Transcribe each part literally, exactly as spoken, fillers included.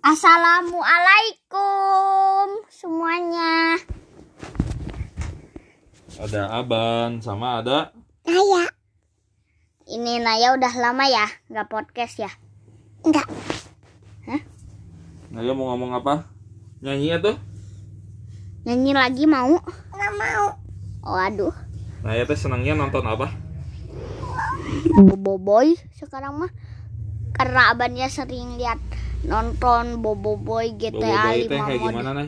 Assalamualaikum semuanya. Ada Aban sama ada Naya. Ini Naya udah lama ya nggak podcast ya? Enggak. Hah? Naya mau ngomong apa? Nyanyi ya tuh? Nyanyi lagi mau? Nggak mau. Oh aduh. Naya tuh senangnya nonton apa? Boboiboy sekarang mah. Karena Abannya sering lihat nonton Boboiboy G T A Boboiboy teh lima kayak mod. gimana, Nay?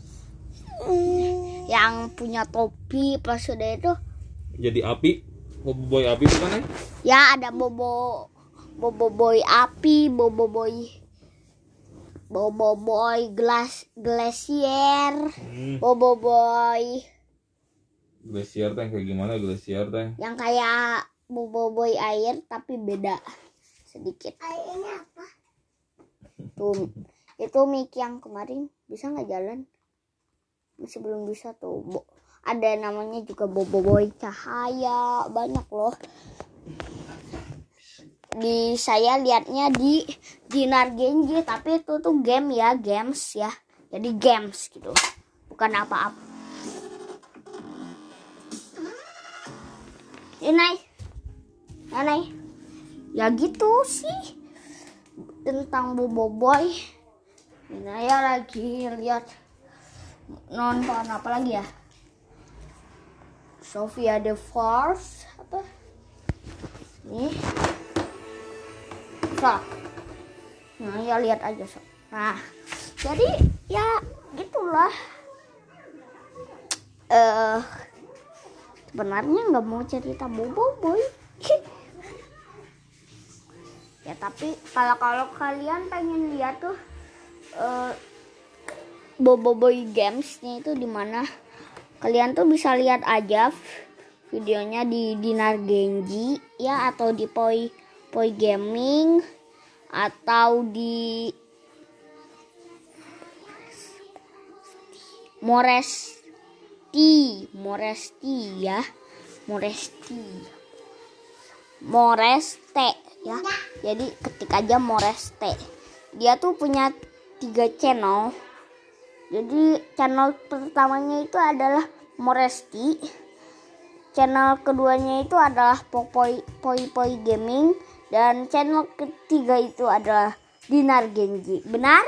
Yang punya topi pas sudah itu. Jadi api? Boboiboy api bukan, Nay? Ya ada Bobo Boboiboy api, Boboiboy Boboiboy glas glasier, Hmm. Boboiboy Glasier teh kayak gimana glasier teh? yang kayak Boboiboy air tapi beda sedikit. Airnya apa? Tuh, itu mic yang kemarin bisa nggak jalan? Masih belum bisa tuh. Bo, ada namanya juga Boboiboy cahaya, banyak loh. Di saya lihatnya di Dinar Genji, tapi itu tuh game ya, games ya. Jadi games gitu. Bukan apa-apa. Ini Nanai. Ya gitu sih. Tentang Boboiboy. Ini ya lagi lihat nonton apa lagi ya? Sofia the Force apa? Nih. So. Nah, ya lihat aja so. Nah, jadi ya gitulah. Eh uh, sebenarnya nggak mau cerita Boboiboy. Ya tapi kalau kalau kalian pengen lihat tuh uh, Boboiboy gamesnya itu di mana, kalian tuh bisa lihat aja videonya di Dinar Genji ya, atau di Poi Poi Gaming, atau di Moresti Moresti ya Moresti Moreste ya. Jadi ketik aja Moreste. Dia tuh punya tiga channel. Jadi channel pertamanya itu adalah Moresti. Channel keduanya itu adalah Poi Poi Poi Gaming, dan channel ketiga itu adalah Dinar Genji. Benar?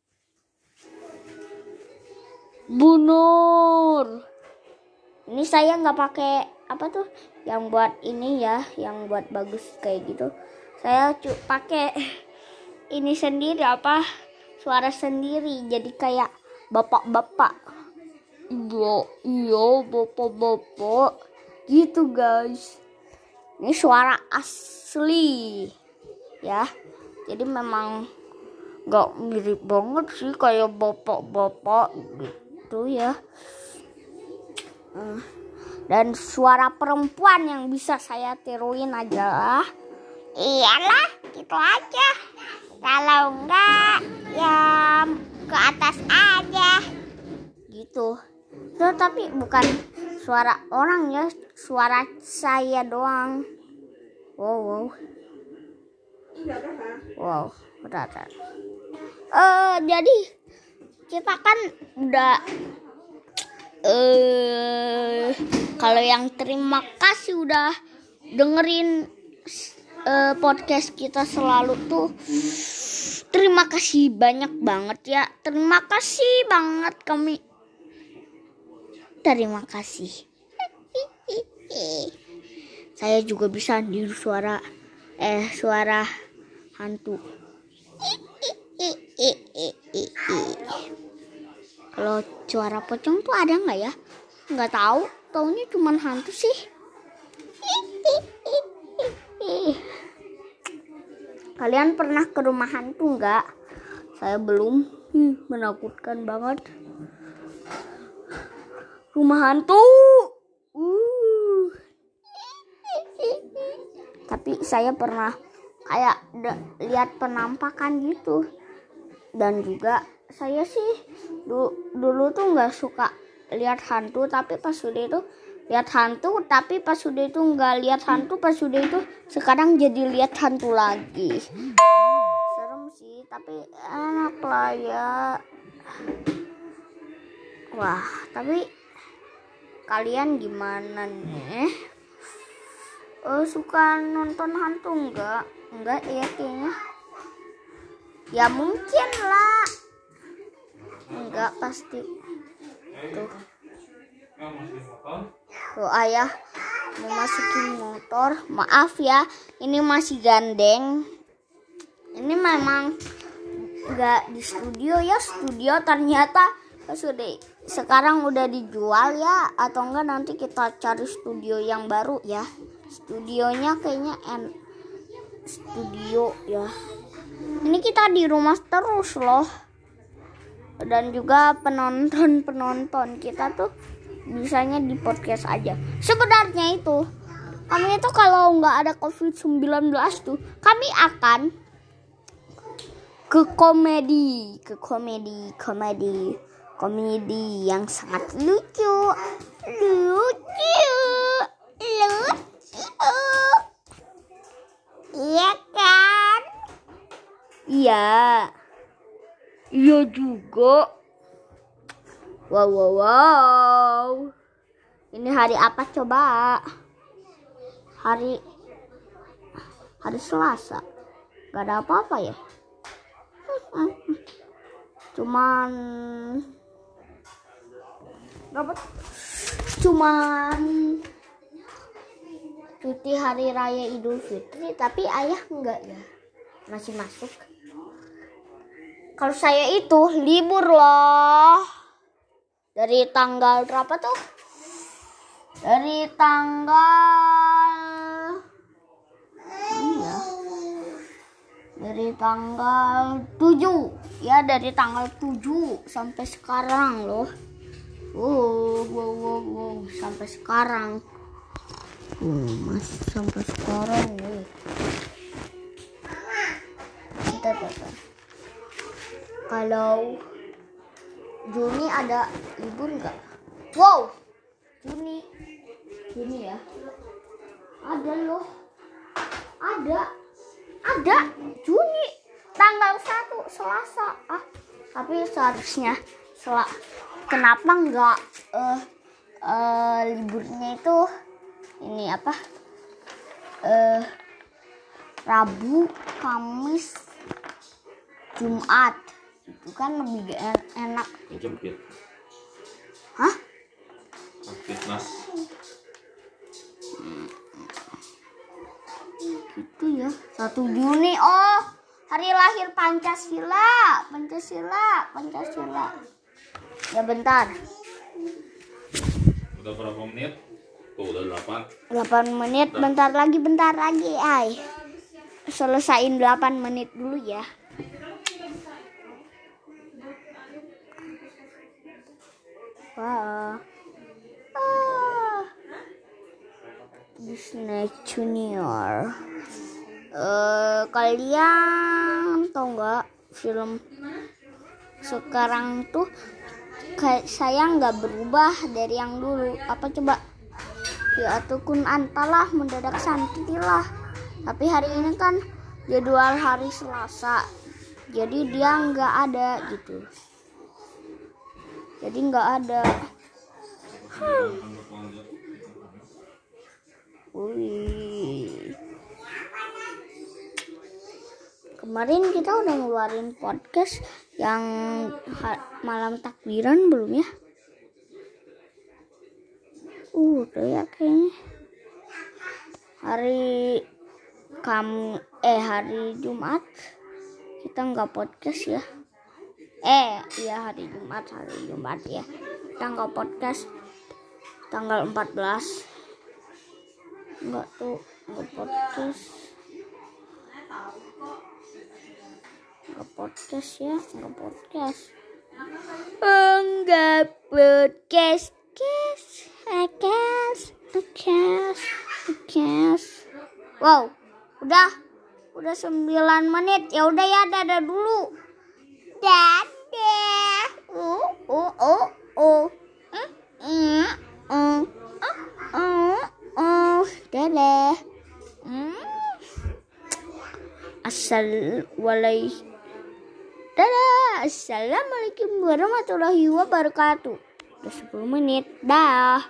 Bunur. Ini saya nggak pakai apa tuh yang buat ini ya, yang buat bagus kayak gitu. Saya cu pakai ini sendiri, apa, suara sendiri, jadi kayak bapak-bapak. Iya, iya bapak-bapak gitu guys. Ini suara asli ya. Jadi memang nggak mirip banget sih kayak bapak-bapak gitu ya. Uh. Dan suara perempuan yang bisa saya tiruin adalah, iyalah gitu aja. Kalau enggak ya ke atas aja gitu. So, tapi bukan suara orang ya, suara saya doang. Wow wow wow berat. Uh, jadi kita kan udah Eh, uh, kalau yang terima kasih udah dengerin uh, podcast kita selalu tuh, terima kasih banyak banget ya. Terima kasih banget kami. Terima kasih. Saya juga bisa niru suara eh suara hantu. Kalau suara pocong tuh ada nggak ya? Nggak tahu, taunya cuma hantu sih. Kalian pernah ke rumah hantu nggak? Saya belum. Hmm, menakutkan banget. Rumah hantu. Uh. Tapi saya pernah kayak lihat penampakan gitu. Dan juga saya sih dulu, dulu tuh nggak suka lihat hantu, tapi pas sudah itu lihat hantu, tapi pas sudah itu nggak lihat hantu, pas sudah itu sekarang jadi lihat hantu lagi. Serem sih, tapi enak lah ya. Wah, tapi kalian gimana nih? Oh, suka nonton hantu enggak? Enggak ya kayaknya. Ya mungkin lah. Enggak pasti. Tuh. Tuh ayah mau masukin motor. Maaf ya, ini masih gandeng. Ini memang enggak di studio ya. Studio ternyata sudah sekarang udah dijual ya, atau enggak nanti kita cari studio yang baru ya. Studionya kayaknya en studio ya. Ini kita di rumah terus loh. Dan juga penonton-penonton kita tuh bisanya di podcast aja. Sebenarnya itu kami itu kalau nggak ada covid sembilan belas tuh kami akan ke komedi, ke komedi, komedi, komedi yang sangat lucu, lucu, lucu, iya kan? Iya, iya juga. Wow, wow, wow. Ini hari apa coba? Hari hari Selasa. Gak ada apa-apa ya? Cuman dapat cuman cuti hari raya Idul Fitri, tapi ayah enggak ya, masih masuk. Kalau saya itu libur loh, dari tanggal berapa tuh? Dari tanggal iya dari tanggal tujuh ya, dari tanggal tujuh sampai sekarang loh. Wow, wow, wow, wow. Sampai sekarang. Uh, masih sampai sekarang nih. Bentar, bentar. Kalau Juni ada libur nggak? Wow, Juni, Juni ya. Ada loh. Ada, ada Juni tanggal satu Selasa. Ah, tapi seharusnya Sel kenapa nggak uh, uh, liburnya itu ini apa? Uh, Rabu, Kamis, Jumat. Itu kan lebih enak. Jempit. Hah? Fitness. Gitu ya. satu Juni. Oh, hari lahir Pancasila. Pancasila, Pancasila. Ya bentar. Udah berapa menit? Tuh udah delapan. delapan menit. Udah. Bentar lagi, bentar lagi, ay. Selesain delapan menit dulu ya. Wah. Ah. Disney Junior. Uh, kalian tahu nggak film sekarang tuh kayak saya nggak berubah dari yang dulu. Apa coba? Ya Kun Antalah mendadak santilah. Tapi hari ini kan jadwal hari Selasa, jadi dia nggak ada gitu. Jadi nggak ada. Hmm. Wih. Kemarin kita udah ngeluarin podcast yang malam takbiran belum ya? Uh, udah ya kayaknya. Hari kamu eh hari Jumat kita nggak podcast ya. Eh iya hari Jumat, hari Jumat ya. Kita nggak podcast tanggal empat belas. Enggak tuh, nggak podcast. Nggak podcast ya, nggak podcast. Enggak podcast, kes, kes, kes, kes. Wow, udah, udah sembilan menit. Ya udah ya, dadah dulu. Dadah. Uh, uh, uh, uh. Uh, uh, uh, uh, uh. Dadah. Hmm. Assalamualaikum Assalamualaikum warahmatullahi wabarakatuh. Udah sepuluh menit. Dah.